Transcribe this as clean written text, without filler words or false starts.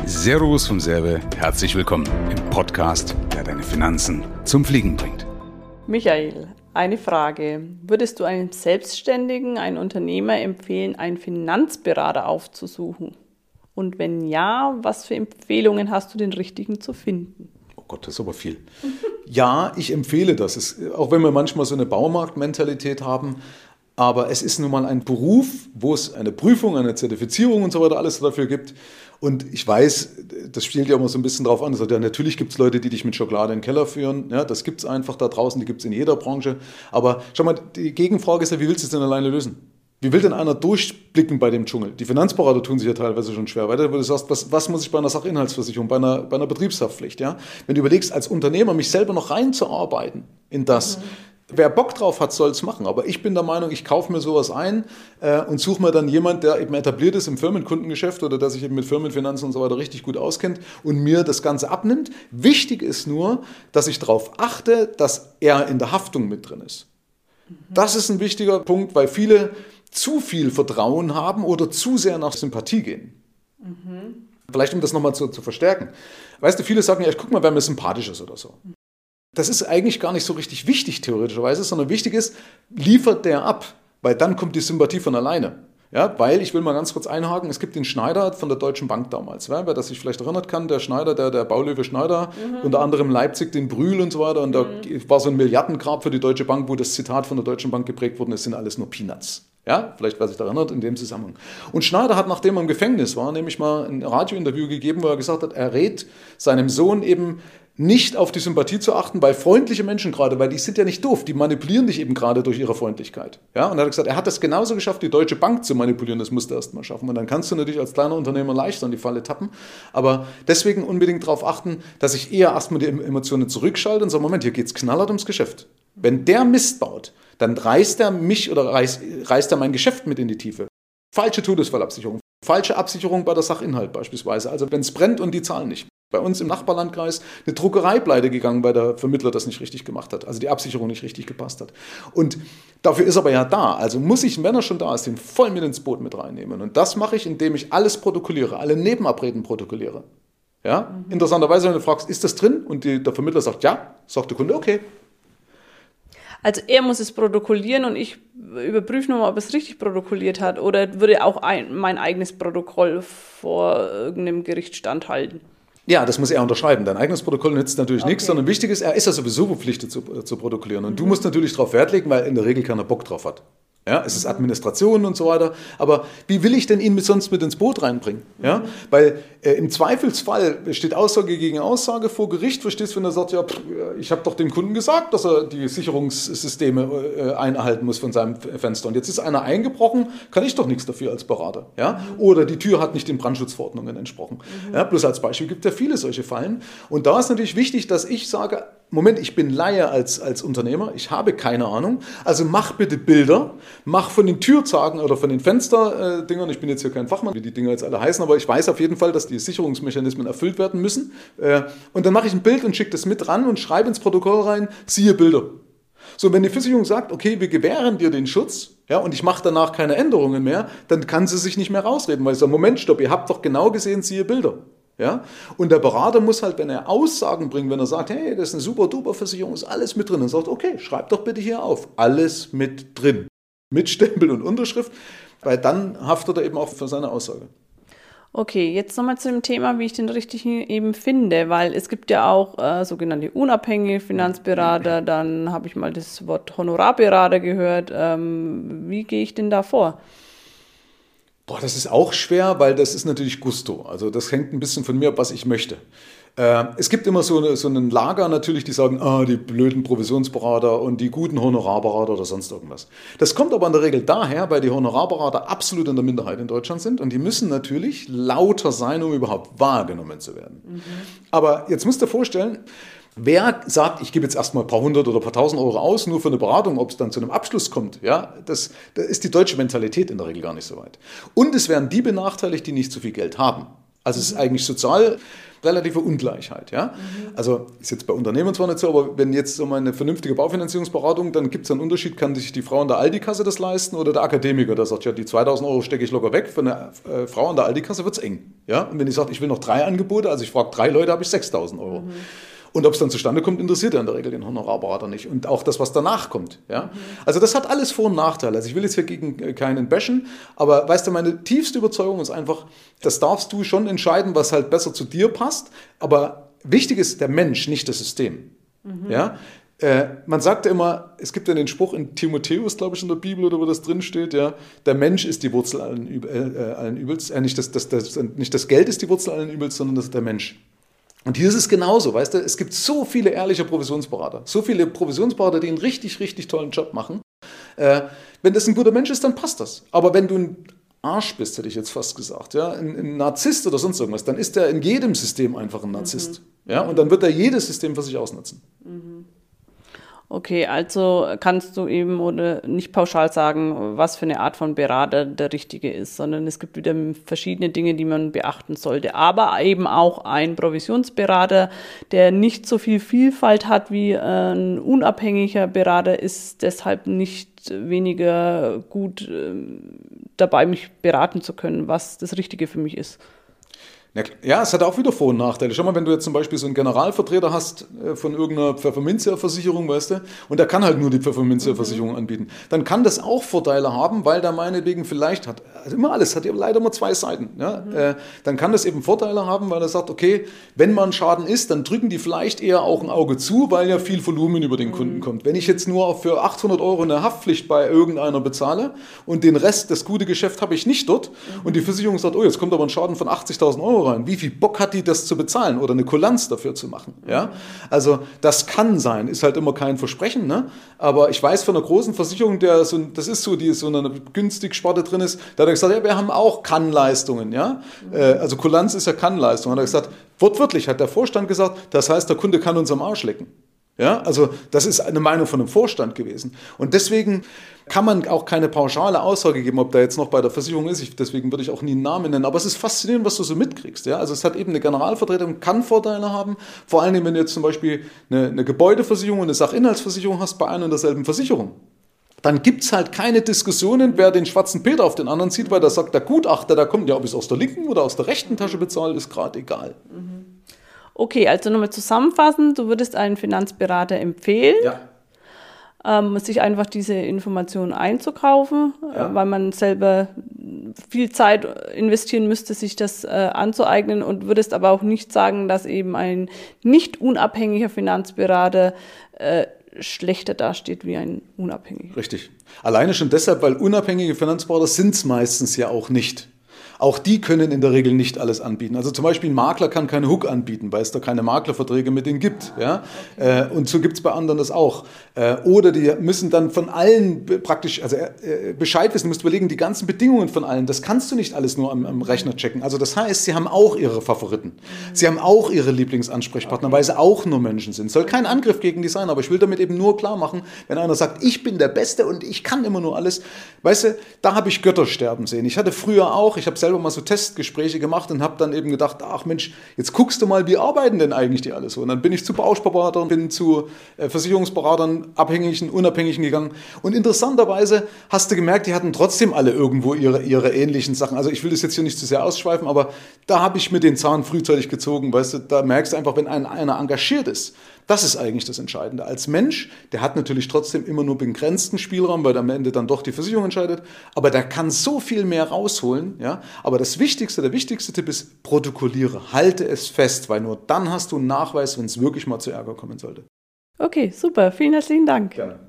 Servus vom Serve, herzlich willkommen im Podcast, der deine Finanzen zum Fliegen bringt. Michael, eine Frage. Würdest du einem Selbstständigen, einem Unternehmer empfehlen, einen Finanzberater aufzusuchen? Und wenn ja, was für Empfehlungen hast du, den richtigen zu finden? Oh Gott, das ist aber viel. Ja, ich empfehle das. Auch wenn wir manchmal so eine Baumarktmentalität haben. Aber es ist nun mal ein Beruf, wo es eine Prüfung, eine Zertifizierung und so weiter alles dafür gibt. Und ich weiß, das spielt ja immer so ein bisschen drauf an. Also, ja, natürlich gibt es Leute, die dich mit Schokolade in den Keller führen. Ja, das gibt es einfach da draußen, die gibt es in jeder Branche. Aber schau mal, die Gegenfrage ist ja, wie willst du es denn alleine lösen? Wie will denn einer durchblicken bei dem Dschungel? Die Finanzberater tun sich ja teilweise schon schwer. Weil du sagst, was muss ich bei einer Sachinhaltsversicherung, bei einer Betriebshaftpflicht? Ja? Wenn du überlegst, als Unternehmer mich selber noch reinzuarbeiten in das, wer Bock drauf hat, soll es machen. Aber ich bin der Meinung, ich kaufe mir sowas ein und suche mir dann jemand, der eben etabliert ist im Firmenkundengeschäft oder der sich eben mit Firmenfinanzen und so weiter richtig gut auskennt und mir das Ganze abnimmt. Wichtig ist nur, dass ich darauf achte, dass er in der Haftung mit drin ist. Das ist ein wichtiger Punkt, weil viele zu viel Vertrauen haben oder zu sehr nach Sympathie gehen. Vielleicht um das nochmal zu verstärken. Weißt du, viele sagen ja, guck mal, wer mir sympathisch ist oder so. Das ist eigentlich gar nicht so richtig wichtig, theoretischerweise, sondern wichtig ist, liefert der ab, weil dann kommt die Sympathie von alleine. Ja, weil, ich will mal ganz kurz einhaken, es gibt den Schneider von der Deutschen Bank damals, ja, wer das sich vielleicht erinnert kann, der Schneider, der Baulöwe Schneider, unter anderem Leipzig, den Brühl und so weiter, und da war so ein Milliardengrab für die Deutsche Bank, wo das Zitat von der Deutschen Bank geprägt wurde, es sind alles nur Peanuts. Ja, vielleicht wer sich daran erinnert in dem Zusammenhang. Und Schneider hat, nachdem er im Gefängnis war, nämlich mal ein Radiointerview gegeben, wo er gesagt hat, er rät seinem Sohn eben nicht auf die Sympathie zu achten, weil freundliche Menschen gerade, weil die sind ja nicht doof, die manipulieren dich eben gerade durch ihre Freundlichkeit. Ja, und er hat gesagt, er hat das genauso geschafft, die Deutsche Bank zu manipulieren, das musst du erst mal schaffen. Und dann kannst du natürlich als kleiner Unternehmer leicht an die Falle tappen, aber deswegen unbedingt darauf achten, dass ich eher erstmal die Emotionen zurückschalte und sage, Moment, hier geht's knallhart ums Geschäft. Wenn der Mist baut, dann reißt er mich oder reißt er mein Geschäft mit in die Tiefe. Falsche Todesfallabsicherung, falsche Absicherung bei der Sachinhalt beispielsweise, also wenn es brennt und die zahlen nicht. Bei uns im Nachbarlandkreis eine Druckerei pleite gegangen, weil der Vermittler das nicht richtig gemacht hat, also die Absicherung nicht richtig gepasst hat. Und dafür ist er ja da, also muss ich, wenn er schon da ist, den voll mit ins Boot mit reinnehmen. Und das mache ich, indem ich alles protokolliere, alle Nebenabreden protokolliere. Ja? Interessanterweise, wenn du fragst, ist das drin? Und der Vermittler sagt ja, sagt der Kunde, okay. Also er muss es protokollieren und ich überprüfe nochmal, ob er es richtig protokolliert hat, oder würde auch mein eigenes Protokoll vor irgendeinem Gericht standhalten? Ja, das muss er unterschreiben. Dein eigenes Protokoll nützt natürlich nichts, sondern wichtig ist, er ist ja sowieso verpflichtet zu protokollieren. Und du musst natürlich darauf Wert legen, weil in der Regel keiner Bock drauf hat. Ja, es ist Administration und so weiter. Aber wie will ich denn ihn sonst mit ins Boot reinbringen? Ja, weil im Zweifelsfall steht Aussage gegen Aussage vor Gericht. Verstehst du, wenn er sagt, ja, ich habe doch dem Kunden gesagt, dass er die Sicherungssysteme einhalten muss von seinem Fenster. Und jetzt ist einer eingebrochen, kann ich doch nichts dafür als Berater. Ja? Oder die Tür hat nicht den Brandschutzverordnungen entsprochen. Ja, bloß als Beispiel gibt es ja viele solche Fallen. Und da ist natürlich wichtig, dass ich sage, Moment, ich bin Laie als Unternehmer, ich habe keine Ahnung, also mach bitte Bilder, mach von den Türzagen oder von den Fensterdingern, ich bin jetzt hier kein Fachmann, wie die Dinger jetzt alle heißen, aber ich weiß auf jeden Fall, dass die Sicherungsmechanismen erfüllt werden müssen. Und dann mache ich ein Bild und schicke das mit ran und schreibe ins Protokoll rein, siehe Bilder. So, wenn die Versicherung sagt, okay, wir gewähren dir den Schutz, ja, und ich mache danach keine Änderungen mehr, dann kann sie sich nicht mehr rausreden, weil ich sage, Moment, stopp, ihr habt doch genau gesehen, siehe Bilder. Ja? Und der Berater muss halt, wenn er Aussagen bringt, wenn er sagt, hey, das ist eine super duper Versicherung, ist alles mit drin, dann sagt, okay, schreib doch bitte hier auf, alles mit drin, mit Stempel und Unterschrift, weil dann haftet er eben auch für seine Aussage. Okay, jetzt nochmal zu dem Thema, wie ich den richtigen eben finde, weil es gibt ja auch sogenannte unabhängige Finanzberater, dann habe ich mal das Wort Honorarberater gehört. Wie gehe ich denn da vor? Boah, das ist auch schwer, weil das ist natürlich Gusto. Also das hängt ein bisschen von mir ab, was ich möchte. Es gibt immer so einen Lager natürlich, die sagen, die blöden Provisionsberater und die guten Honorarberater oder sonst irgendwas. Das kommt aber in der Regel daher, weil die Honorarberater absolut in der Minderheit in Deutschland sind und die müssen natürlich lauter sein, um überhaupt wahrgenommen zu werden. Aber jetzt musst du dir vorstellen, wer sagt, ich gebe jetzt erstmal ein paar hundert oder ein paar tausend Euro aus, nur für eine Beratung, ob es dann zu einem Abschluss kommt, ja, das ist die deutsche Mentalität in der Regel gar nicht so weit. Und es werden die benachteiligt, die nicht so viel Geld haben. Also es ist eigentlich sozial relative Ungleichheit. Ja? Also ist jetzt bei Unternehmen zwar nicht so, aber wenn jetzt so mal eine vernünftige Baufinanzierungsberatung, dann gibt es einen Unterschied, kann sich die Frau an der Aldi-Kasse das leisten oder der Akademiker, der sagt, ja, die 2.000 Euro stecke ich locker weg, für eine Frau an der Aldi-Kasse wird es eng. Ja? Und wenn ich sage, ich will noch 3 Angebote, also ich frage 3 Leute, habe ich 6.000 Euro. Und ob es dann zustande kommt, interessiert ja in der Regel den Honorarberater nicht. Und auch das, was danach kommt. Ja? Also das hat alles Vor- und Nachteile. Also ich will jetzt hier gegen keinen bashen, aber weißt du, meine tiefste Überzeugung ist einfach, das darfst du schon entscheiden, was halt besser zu dir passt. Aber wichtig ist der Mensch, nicht das System. Ja? Man sagt ja immer, es gibt ja den Spruch in Timotheus, glaube ich, in der Bibel, oder wo das drin steht, ja, der Mensch ist die Wurzel allen Übels. Nicht das Geld ist die Wurzel allen Übels, sondern das ist der Mensch. Und hier ist es genauso, weißt du, es gibt so viele ehrliche Provisionsberater, so viele Provisionsberater, die einen richtig, richtig tollen Job machen. Wenn das ein guter Mensch ist, dann passt das. Aber wenn du ein Arsch bist, hätte ich jetzt fast gesagt, ja, ein Narzisst oder sonst irgendwas, dann ist der in jedem System einfach ein Narzisst. Ja, und dann wird er jedes System für sich ausnutzen. Okay, also kannst du eben oder nicht pauschal sagen, was für eine Art von Berater der richtige ist, sondern es gibt wieder verschiedene Dinge, die man beachten sollte. Aber eben auch ein Provisionsberater, der nicht so viel Vielfalt hat wie ein unabhängiger Berater, ist deshalb nicht weniger gut dabei, mich beraten zu können, was das Richtige für mich ist. Ja, es hat auch wieder Vor- und Nachteile. Schau mal, wenn du jetzt zum Beispiel so einen Generalvertreter hast von irgendeiner Pfefferminzia-Versicherung, weißt du, und der kann halt nur die Pfefferminzia-Versicherung anbieten, dann kann das auch Vorteile haben, weil der meinetwegen vielleicht hat, also immer alles, hat ja leider immer 2 Seiten. Ja? Dann kann das eben Vorteile haben, weil er sagt, okay, wenn mal ein Schaden ist, dann drücken die vielleicht eher auch ein Auge zu, weil ja viel Volumen über den Kunden kommt. Wenn ich jetzt nur für 800 Euro eine Haftpflicht bei irgendeiner bezahle und den Rest, das gute Geschäft habe ich nicht dort und die Versicherung sagt, oh, jetzt kommt aber ein Schaden von 80.000 Euro rein. Wie viel Bock hat die, das zu bezahlen oder eine Kulanz dafür zu machen? Ja? Also das kann sein, ist halt immer kein Versprechen, ne? Aber ich weiß von einer großen Versicherung, die so eine günstig Sparte drin ist, da hat er gesagt, ja, wir haben auch Kannleistungen. Ja? Also Kulanz ist ja Kannleistung. Hat er gesagt, wortwörtlich hat der Vorstand gesagt, das heißt, der Kunde kann uns am Arsch lecken. Ja, also das ist eine Meinung von einem Vorstand gewesen. Und deswegen kann man auch keine pauschale Aussage geben, ob da jetzt noch bei der Versicherung ist. Deswegen würde ich auch nie einen Namen nennen. Aber es ist faszinierend, was du so mitkriegst. Ja? Also es hat eben eine Generalvertretung, kann Vorteile haben. Vor allem, wenn du jetzt zum Beispiel eine Gebäudeversicherung und eine Sachinhaltsversicherung hast bei einer und derselben Versicherung. Dann gibt es halt keine Diskussionen, wer den schwarzen Peter auf den anderen zieht, weil da sagt der Gutachter, da kommt ja, ob ich es aus der linken oder aus der rechten Tasche bezahle, ist gerade egal. Okay, also nochmal zusammenfassend, du würdest einen Finanzberater empfehlen, sich einfach diese Informationen einzukaufen, weil man selber viel Zeit investieren müsste, sich das anzueignen, und würdest aber auch nicht sagen, dass eben ein nicht unabhängiger Finanzberater schlechter dasteht wie ein unabhängiger. Richtig. Alleine schon deshalb, weil unabhängige Finanzberater sind es meistens ja auch nicht. Auch die können in der Regel nicht alles anbieten. Also zum Beispiel ein Makler kann keine Hook anbieten, weil es da keine Maklerverträge mit denen gibt. Ja? Und so gibt es bei anderen das auch. Oder die müssen dann von allen praktisch Bescheid wissen. Du musst überlegen, die ganzen Bedingungen von allen, das kannst du nicht alles nur am Rechner checken. Also das heißt, sie haben auch ihre Favoriten. Sie haben auch ihre Lieblingsansprechpartner, weil sie auch nur Menschen sind. Soll kein Angriff gegen die sein, aber ich will damit eben nur klar machen, wenn einer sagt, ich bin der Beste und ich kann immer nur alles. Weißt du, da habe ich Götter sterben sehen. Ich hatte früher auch, ich habe selber mal so Testgespräche gemacht und habe dann eben gedacht, ach Mensch, jetzt guckst du mal, wie arbeiten denn eigentlich die alle so? Und dann bin ich zu Bausparberatern, bin zu Versicherungsberatern, Abhängigen, Unabhängigen gegangen. Und interessanterweise hast du gemerkt, die hatten trotzdem alle irgendwo ihre ähnlichen Sachen. Also ich will das jetzt hier nicht zu sehr ausschweifen, aber da habe ich mir den Zahn frühzeitig gezogen. Weißt du, da merkst du einfach, wenn einer engagiert ist, das ist eigentlich das Entscheidende. Als Mensch, der hat natürlich trotzdem immer nur begrenzten Spielraum, weil am Ende dann doch die Versicherung entscheidet, aber der kann so viel mehr rausholen. Ja? Aber der wichtigste Tipp ist, protokolliere, halte es fest, weil nur dann hast du einen Nachweis, wenn es wirklich mal zu Ärger kommen sollte. Okay, super, vielen herzlichen Dank. Gerne.